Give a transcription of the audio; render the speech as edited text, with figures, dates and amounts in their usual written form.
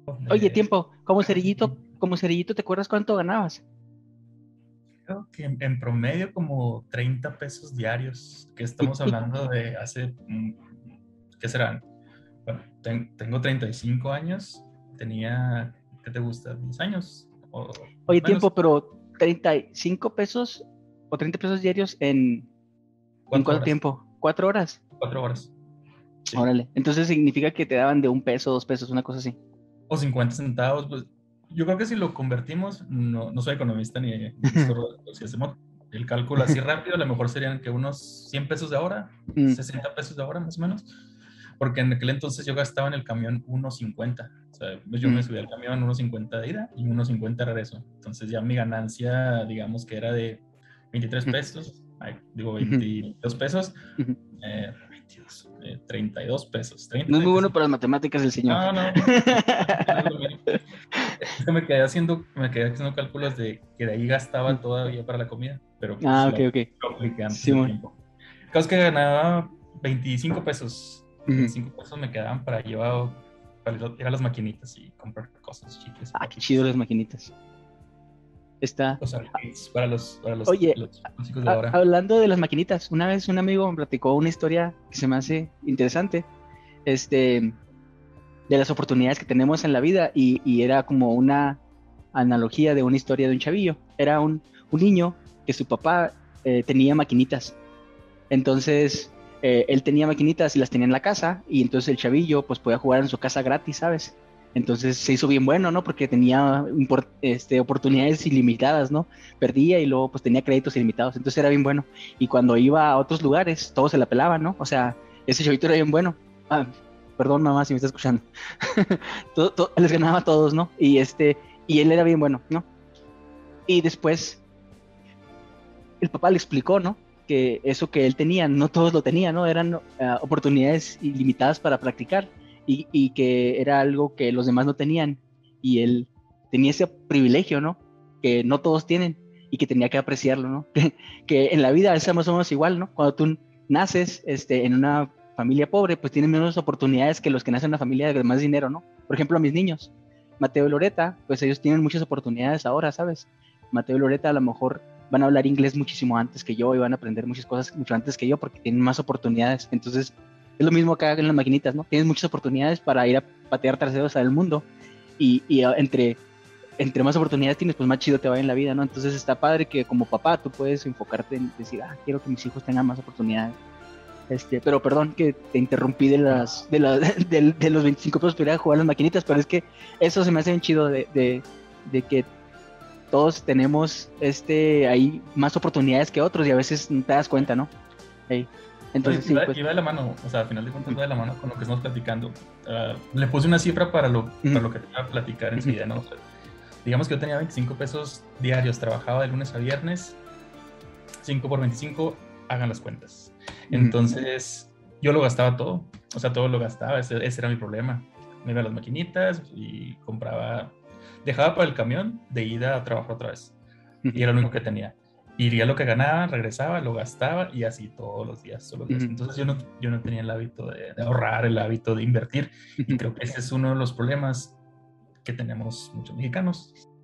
Oye, de tiempo, como cerillito, ¿te acuerdas cuánto ganabas? creo que en promedio como 30 pesos diarios, que estamos Y, hablando de hace, ¿qué serán? Bueno, tengo 35 años, tenía, ¿qué te gusta? 10 años o más oye, o menos, tiempo, pero 35 pesos o 30 pesos diarios ¿en 4 cuánto horas, tiempo? ¿4 horas? 4 horas, sí. Órale. Entonces significa que te daban de 1 peso, 2 pesos, una cosa así. O 50 centavos, pues yo creo que si lo convertimos, no soy economista ni historiador, pero si hacemos el cálculo así rápido, a lo mejor serían que unos 100 pesos de hora, Mm. 60 pesos de hora más o menos, porque en aquel entonces yo gastaba en el camión 1.50, o sea, pues yo me Mm. subía al camión 1.50 de ida y 1.50 de regreso, entonces ya mi ganancia, digamos que era de 23 Mm. pesos, ay, digo Ujú. 22 pesos, Ujú. 22, 32 pesos, 30, No es muy bueno 35. para las matemáticas el señor. No, no, no es lo mío. Es que me quedé haciendo cálculos de que de ahí gastaba todavía para la comida, pero pues Ah, ok, lo, ok. lo apliqué antes de Simón. tiempo. El caso es que ganaba 25 pesos. Ujú. 25 pesos me quedaban para ir a las maquinitas y comprar cosas, chicles y Ah, qué chido papitas. las maquinitas. Está. Los arcades para Oye, los chicos de ahora. hablando de las maquinitas, una vez un amigo me platicó una historia que se me hace interesante, este, de las oportunidades que tenemos en la vida y era como una analogía de una historia de un chavillo. Era un niño que su papá tenía maquinitas. Entonces, él tenía maquinitas y las tenía en la casa, y entonces el chavillo pues podía jugar en su casa gratis, ¿sabes? Entonces se hizo bien bueno, ¿no? Porque tenía oportunidades ilimitadas, ¿no? Perdía y luego pues tenía créditos ilimitados, entonces era bien bueno. Y cuando iba a otros lugares, todos se la pelaban, ¿no? O sea, ese chavito era bien bueno. Ah, perdón, mamá, si me está escuchando. Les ganaba a todos, ¿no? Y él era bien bueno, ¿no? Y después el papá le explicó, ¿no? Que eso que él tenía, no todos lo tenían, ¿no? Eran oportunidades ilimitadas para practicar y que era algo que los demás no tenían. Y él tenía ese privilegio, ¿no? Que no todos tienen y que tenía que apreciarlo, ¿no? Que en la vida es más o menos igual, ¿no? Cuando tú naces en una familia pobre, pues tienes menos oportunidades que los que nacen en una familia de más dinero, ¿no? Por ejemplo, a mis niños, Mateo y Loreta, pues ellos tienen muchas oportunidades ahora, ¿sabes? Mateo y Loreta a lo mejor van a hablar inglés muchísimo antes que yo y van a aprender muchas cosas mucho antes que yo porque tienen más oportunidades. Entonces, es lo mismo acá en las maquinitas, ¿no? Tienes muchas oportunidades para ir a patear traseros al mundo y entre más oportunidades tienes, pues más chido te va en la vida, ¿no? Entonces está padre que como papá tú puedes enfocarte en decir, quiero que mis hijos tengan más oportunidades. Pero perdón que te interrumpí de los 25 pesos para ir a jugar a las maquinitas, pero es que eso se me hace bien chido de que todos tenemos ahí más oportunidades que otros y a veces no te das cuenta, ¿no? Ey. No, Entonces sí, pues. y va de la mano, o sea, al final de cuentas Ujú. va de la mano con lo que estamos platicando. Le puse una cifra para lo, Ujú. para lo que te voy a platicar Ujú. enseguida, ¿no? O sea, digamos que yo tenía 25 pesos diarios, trabajaba de lunes a viernes, 5 por 25, hagan las cuentas. Ujú. Entonces, yo lo gastaba todo, o sea, todo lo gastaba, ese era mi problema. Me iba a las maquinitas y compraba, dejaba para el camión de ida a trabajar otra vez. Y Ujú. era lo único que tenía. Iría lo que ganaba, regresaba, lo gastaba y así todos los días, todos los días. Ujú. Entonces yo no tenía el hábito de ahorrar, el hábito de invertir. Y Ujú. creo que ese es uno de los problemas que tenemos muchos mexicanos.